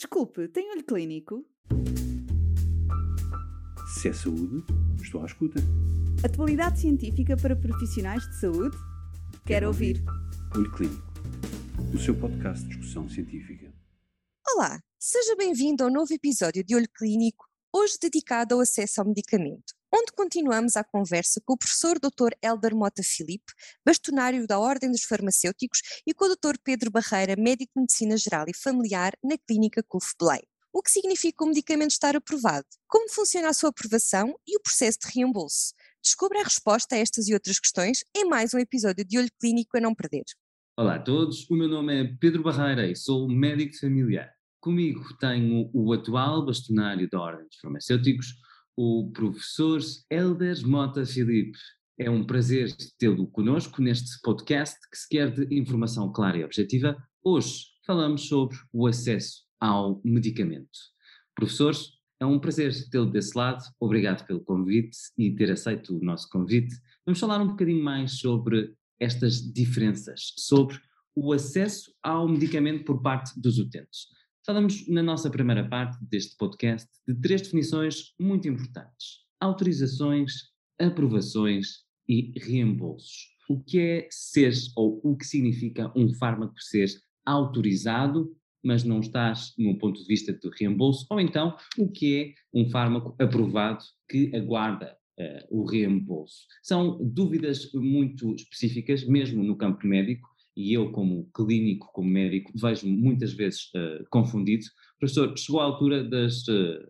Desculpe, tem olho clínico? Se é saúde, estou à escuta. Atualidade científica para profissionais de saúde? Quero ouvir. Olho Clínico, o seu podcast de discussão científica. Olá, seja bem-vindo ao novo episódio de Olho Clínico, hoje dedicado ao acesso ao medicamento, onde continuamos a conversa com o professor Dr. Hélder Mota Filipe, bastonário da Ordem dos Farmacêuticos, e com o Dr. Pedro Barreira, médico de Medicina Geral e Familiar na Clínica CUF Belém. O que significa o medicamento estar aprovado? Como funciona a sua aprovação e o processo de reembolso? Descubra a resposta a estas e outras questões em mais um episódio de Olho Clínico a não perder. Olá a todos, o meu nome é Pedro Barreira e sou médico familiar. Comigo tenho o atual bastonário da Ordem dos Farmacêuticos, o professor Hélder Mota Filipe. É um prazer tê-lo connosco neste podcast que se quer de informação clara e objetiva. Hoje falamos sobre o acesso ao medicamento. Professores, é um prazer tê-lo desse lado, obrigado pelo convite e ter aceito o nosso convite. Vamos falar um bocadinho mais sobre estas diferenças, sobre o acesso ao medicamento por parte dos utentes. Falamos na nossa primeira parte deste podcast de 3 definições muito importantes: autorizações, aprovações e reembolsos. O que é ser ou o que significa um fármaco ser autorizado, mas não estás num ponto de vista de reembolso, ou então o que é um fármaco aprovado que aguarda o reembolso. São dúvidas muito específicas, mesmo no campo médico, e eu como clínico, como médico, vejo-me muitas vezes confundido. Professor, chegou a altura das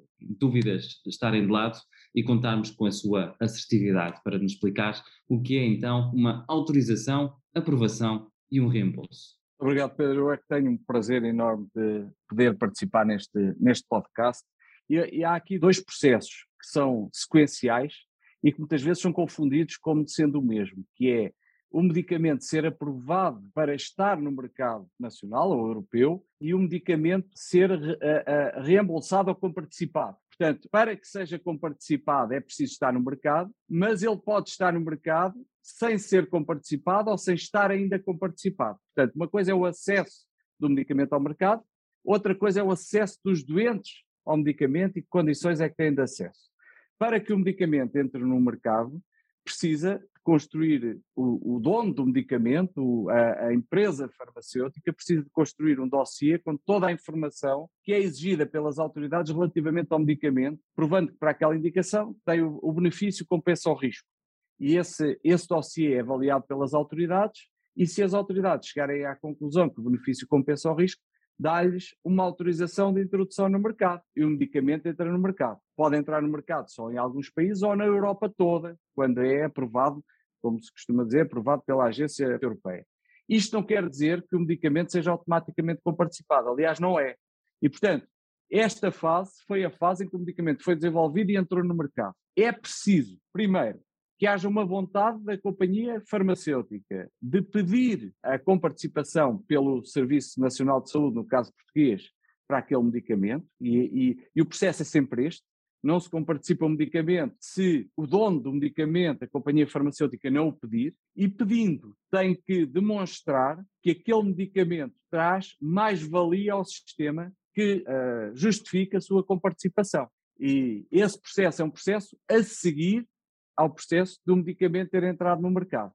dúvidas estarem de lado e contarmos com a sua assertividade para nos explicar o que é então uma autorização, aprovação e um reembolso. Obrigado, Pedro. Eu é que tenho um prazer enorme de poder participar neste podcast. E há aqui 2 processos que são sequenciais e que muitas vezes são confundidos como sendo o mesmo, que é o medicamento ser aprovado para estar no mercado nacional ou europeu e o medicamento ser reembolsado ou comparticipado. Portanto, para que seja comparticipado é preciso estar no mercado, mas ele pode estar no mercado sem ser comparticipado ou sem estar ainda comparticipado. Portanto, uma coisa é o acesso do medicamento ao mercado, outra coisa é o acesso dos doentes ao medicamento e que condições é que têm de acesso. Para que o medicamento entre no mercado, precisa construir, o dono do medicamento, a empresa farmacêutica, precisa de construir um dossiê com toda a informação que é exigida pelas autoridades relativamente ao medicamento, provando que para aquela indicação tem o benefício compensa o risco. E esse dossiê é avaliado pelas autoridades e se as autoridades chegarem à conclusão que o benefício compensa o risco, dá-lhes uma autorização de introdução no mercado e o medicamento entra no mercado. Pode entrar no mercado só em alguns países ou na Europa toda, quando é aprovado, como se costuma dizer, aprovado pela Agência Europeia. Isto não quer dizer que o medicamento seja automaticamente comparticipado, aliás não é. E portanto, esta fase foi a fase em que o medicamento foi desenvolvido e entrou no mercado. É preciso, primeiro, que haja uma vontade da companhia farmacêutica de pedir a comparticipação pelo Serviço Nacional de Saúde, no caso português, para aquele medicamento, e o processo é sempre este. Não se comparticipa o medicamento se o dono do medicamento, a companhia farmacêutica, não o pedir, e pedindo tem que demonstrar que aquele medicamento traz mais-valia ao sistema que justifica a sua comparticipação. E esse processo é um processo a seguir ao processo do medicamento ter entrado no mercado.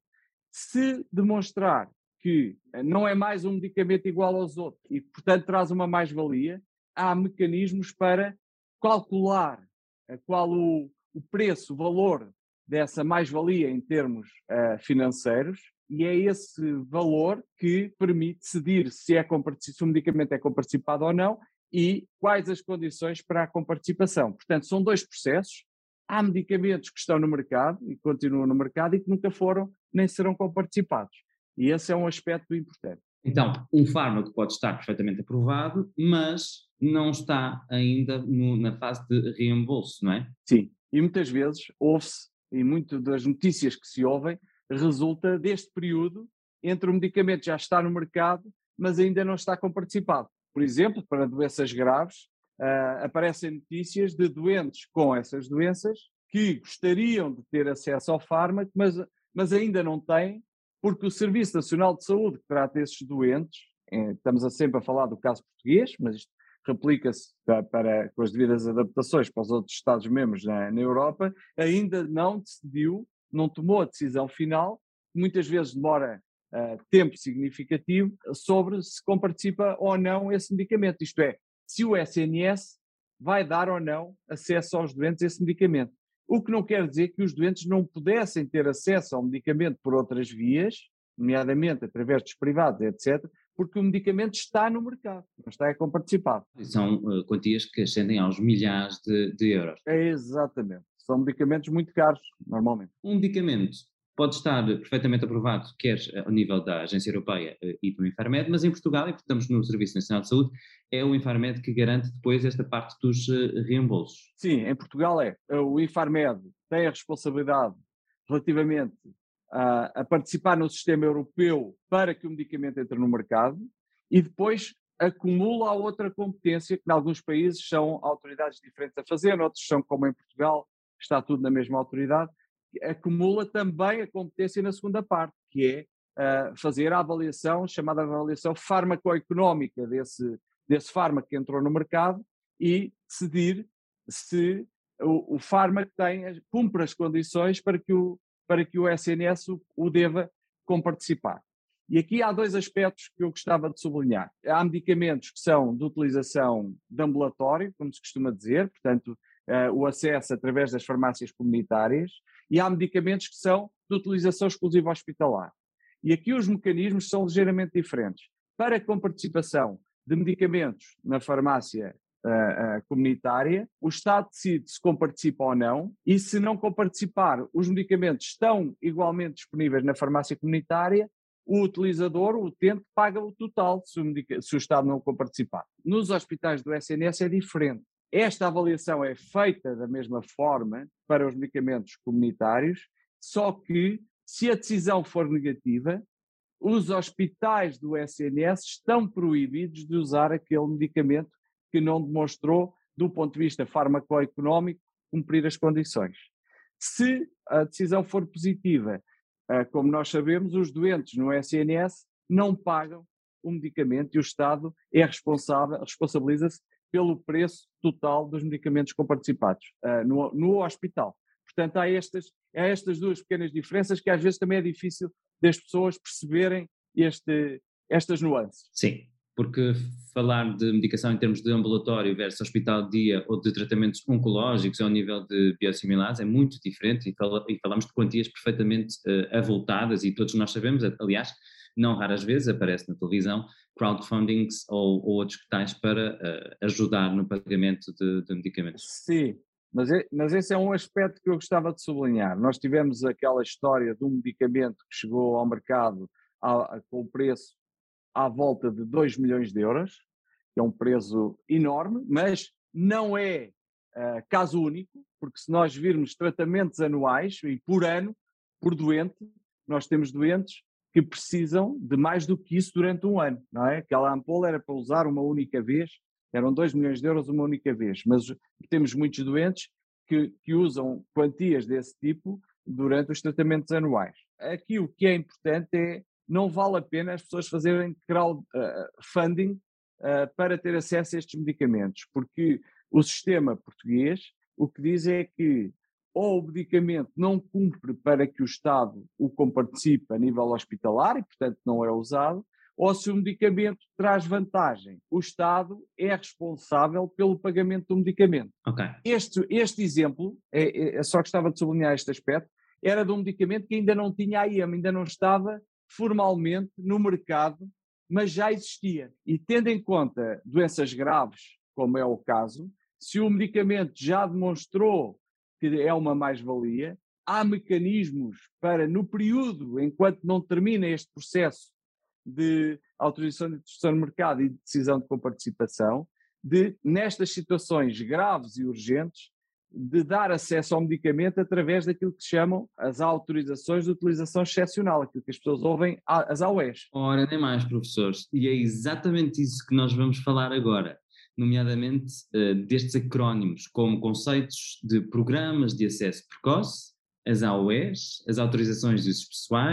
Se demonstrar que não é mais um medicamento igual aos outros e, portanto, traz uma mais-valia, há mecanismos para calcular qual o preço, o valor dessa mais-valia em termos financeiros, e é esse valor que permite decidir se o medicamento é comparticipado ou não e quais as condições para a comparticipação. Portanto, são 2 processos. Há medicamentos que estão no mercado e continuam no mercado e que nunca foram nem serão comparticipados. E esse é um aspecto importante. Então, um fármaco pode estar perfeitamente aprovado, mas não está ainda na fase de reembolso, não é? Sim, e muitas vezes ouve-se, e muitas das notícias que se ouvem, resulta deste período entre o medicamento já está no mercado, mas ainda não está comparticipado. Por exemplo, para doenças graves, aparecem notícias de doentes com essas doenças que gostariam de ter acesso ao fármaco, mas ainda não têm, porque o Serviço Nacional de Saúde que trata esses doentes, estamos sempre a falar do caso português, mas isto replica-se com as devidas adaptações para os outros Estados-membros na Europa, ainda não decidiu, não tomou a decisão final, muitas vezes demora tempo significativo, sobre se comparticipa ou não esse medicamento. Isto é, se o SNS vai dar ou não acesso aos doentes a esse medicamento. O que não quer dizer que os doentes não pudessem ter acesso ao medicamento por outras vias, nomeadamente através dos privados, etc., porque o medicamento está no mercado, não está comparticipado. São quantias que ascendem aos milhares de euros. Exatamente. São medicamentos muito caros, normalmente. Um medicamento pode estar perfeitamente aprovado, quer ao nível da Agência Europeia e do Infarmed, mas em Portugal, e porque estamos no Serviço Nacional de Saúde, é o Infarmed que garante depois esta parte dos reembolsos. Sim, em Portugal o Infarmed tem a responsabilidade relativamente a participar no sistema europeu para que o medicamento entre no mercado e depois acumula a outra competência que em alguns países são autoridades diferentes a fazer, outros são como em Portugal, está tudo na mesma autoridade, acumula também a competência na segunda parte, que é fazer a avaliação, chamada avaliação farmacoeconómica desse fármaco que entrou no mercado e decidir se o fármaco cumpre as condições para que o SNS o deva comparticipar. E aqui há dois aspectos que eu gostava de sublinhar. Há medicamentos que são de utilização de ambulatório, como se costuma dizer, portanto, o acesso através das farmácias comunitárias, e há medicamentos que são de utilização exclusiva hospitalar. E aqui os mecanismos são ligeiramente diferentes. Para a comparticipação de medicamentos na farmácia comunitária, o Estado decide se comparticipa ou não, e se não comparticipar, os medicamentos estão igualmente disponíveis na farmácia comunitária, o utilizador, o utente, paga o total se o Estado não comparticipar. Nos hospitais do SNS é diferente. Esta avaliação é feita da mesma forma para os medicamentos comunitários, só que, se a decisão for negativa, os hospitais do SNS estão proibidos de usar aquele medicamento que não demonstrou, do ponto de vista farmacoeconómico, cumprir as condições. Se a decisão for positiva, como nós sabemos, os doentes no SNS não pagam o medicamento e o Estado responsabiliza-se pelo preço total dos medicamentos comparticipados no hospital. Portanto, há estas duas pequenas diferenças que às vezes também é difícil das pessoas perceberem estas nuances. Sim, porque falar de medicação em termos de ambulatório versus hospital de dia ou de tratamentos oncológicos ao nível de biosimilares é muito diferente e falamos de quantias perfeitamente avultadas e todos nós sabemos, aliás, não raras vezes aparece na televisão crowdfundings ou outros tais para ajudar no pagamento de medicamentos. Sim, mas esse é um aspecto que eu gostava de sublinhar. Nós tivemos aquela história de um medicamento que chegou ao mercado com o preço à volta de 2 milhões de euros, que é um preço enorme, mas não é caso único, porque se nós virmos tratamentos anuais e por ano, por doente, nós temos doentes que precisam de mais do que isso durante um ano, não é? Aquela ampola era para usar uma única vez, eram 2 milhões de euros uma única vez, mas temos muitos doentes que usam quantias desse tipo durante os tratamentos anuais. Aqui o que é importante é, não vale a pena as pessoas fazerem crowdfunding para ter acesso a estes medicamentos, porque o sistema português o que diz é que ou o medicamento não cumpre para que o Estado o comparticipe a nível hospitalar e, portanto, não é usado, ou se o medicamento traz vantagem, o Estado é responsável pelo pagamento do medicamento. Okay. Este exemplo, só gostava de sublinhar este aspecto, era de um medicamento que ainda não tinha AIM, ainda não estava formalmente no mercado, mas já existia. E tendo em conta doenças graves, como é o caso, se o medicamento já demonstrou que é uma mais-valia, há mecanismos para, no período, enquanto não termina este processo de autorização de introdução no mercado e de decisão de comparticipação, nestas situações graves e urgentes, de dar acesso ao medicamento através daquilo que se chamam as autorizações de utilização excepcional, aquilo que as pessoas ouvem, as AUEs. Ora, nem mais, professores. E é exatamente isso que nós vamos falar agora, nomeadamente destes acrónimos, como conceitos de programas de acesso precoce, as AUEs, as autorizações de usos pessoais,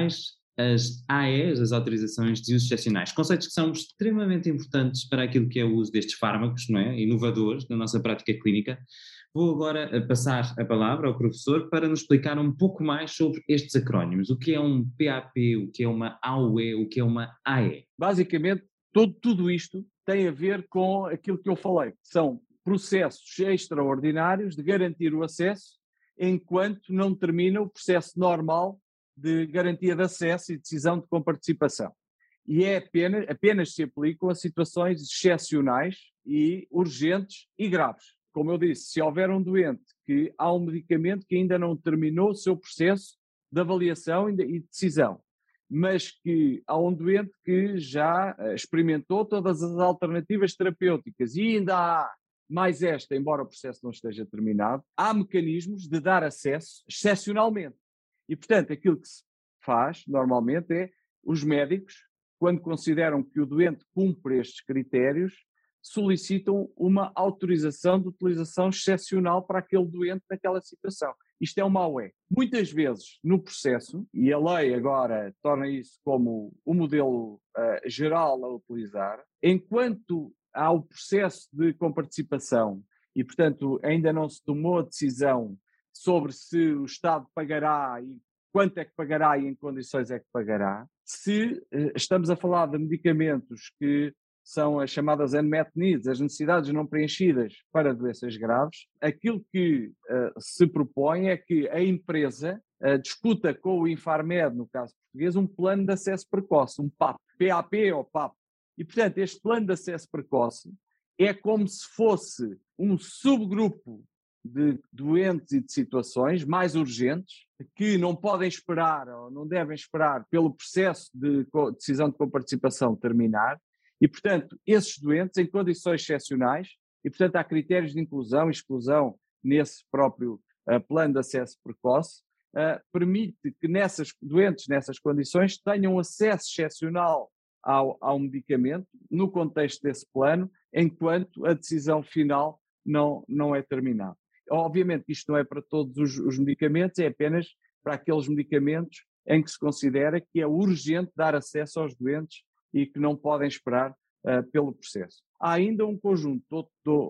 as AEs, as autorizações de usos excepcionais, conceitos que são extremamente importantes para aquilo que é o uso destes fármacos, não é? Inovadores na nossa prática clínica. Vou agora passar a palavra ao professor para nos explicar um pouco mais sobre estes acrónimos. O que é um PAP, o que é uma AUE, o que é uma AE? Basicamente, tudo isto tem a ver com aquilo que eu falei. São processos extraordinários de garantir o acesso enquanto não termina o processo normal de garantia de acesso e decisão de comparticipação. E apenas se aplicam a situações excepcionais e urgentes e graves. Como eu disse, se houver um doente que há um medicamento que ainda não terminou o seu processo de avaliação e decisão, mas que há um doente que já experimentou todas as alternativas terapêuticas e ainda há mais esta, embora o processo não esteja terminado, há mecanismos de dar acesso excepcionalmente. E, portanto, aquilo que se faz normalmente é os médicos, quando consideram que o doente cumpre estes critérios, solicitam uma autorização de utilização excepcional para aquele doente naquela situação. Isto é uma AUE. Muitas vezes no processo, e a lei agora torna isso como o modelo geral a utilizar, enquanto há o processo de comparticipação e, portanto, ainda não se tomou a decisão sobre se o Estado pagará e quanto é que pagará e em condições é que pagará, se estamos a falar de medicamentos que são as chamadas unmet needs, as necessidades não preenchidas para doenças graves, aquilo que se propõe é que a empresa discuta com o Infarmed, no caso português, um plano de acesso precoce, um PAP, PAP ou PAP. E, portanto, este plano de acesso precoce é como se fosse um subgrupo de doentes e de situações mais urgentes que não podem esperar ou não devem esperar pelo processo de decisão de comparticipação terminar. E, portanto, esses doentes em condições excepcionais, e, portanto, há critérios de inclusão e exclusão nesse próprio plano de acesso precoce, permite que doentes nessas condições tenham acesso excepcional ao medicamento no contexto desse plano, enquanto a decisão final não é terminada. Obviamente que isto não é para todos os medicamentos, é apenas para aqueles medicamentos em que se considera que é urgente dar acesso aos doentes e que não podem esperar pelo processo. Há ainda um conjunto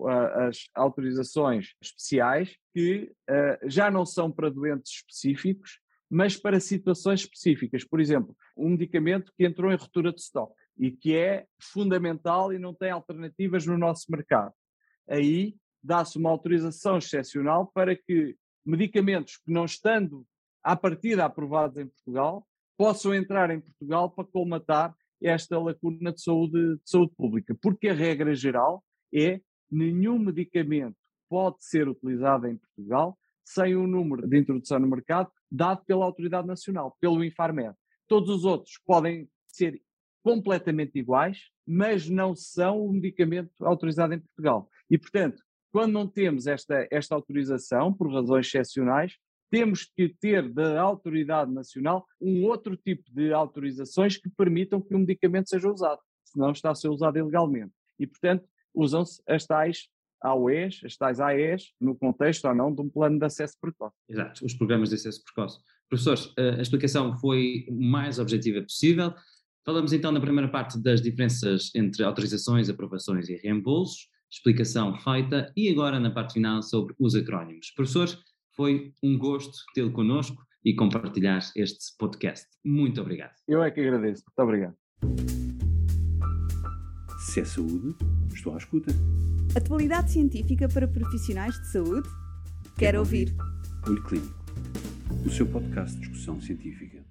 as autorizações especiais que já não são para doentes específicos, mas para situações específicas. Por exemplo, um medicamento que entrou em ruptura de estoque e que é fundamental e não tem alternativas no nosso mercado. Aí dá-se uma autorização excepcional para que medicamentos que não estando à partida aprovados em Portugal possam entrar em Portugal para colmatar esta lacuna de saúde pública, porque a regra geral é nenhum medicamento pode ser utilizado em Portugal sem um número de introdução no mercado dado pela Autoridade Nacional, pelo Infarmed. Todos os outros podem ser completamente iguais, mas não são o medicamento autorizado em Portugal. E, portanto, quando não temos esta autorização, por razões excepcionais, temos que ter da Autoridade Nacional um outro tipo de autorizações que permitam que o medicamento seja usado, senão está a ser usado ilegalmente. E, portanto, usam-se as tais AUEs, as tais AEs, no contexto ou não de um plano de acesso precoce. Exato, os programas de acesso precoce. Professores, a explicação foi o mais objetiva possível. Falamos então na primeira parte das diferenças entre autorizações, aprovações e reembolsos, explicação feita, e agora na parte final sobre os acrónimos. Professores, foi um gosto tê-lo connosco e compartilhar este podcast. Muito obrigado. Eu é que agradeço. Muito obrigado. Se é saúde, estou à escuta. Atualidade científica para profissionais de saúde? Quero ouvir. Olho Clínico, o seu podcast de discussão científica.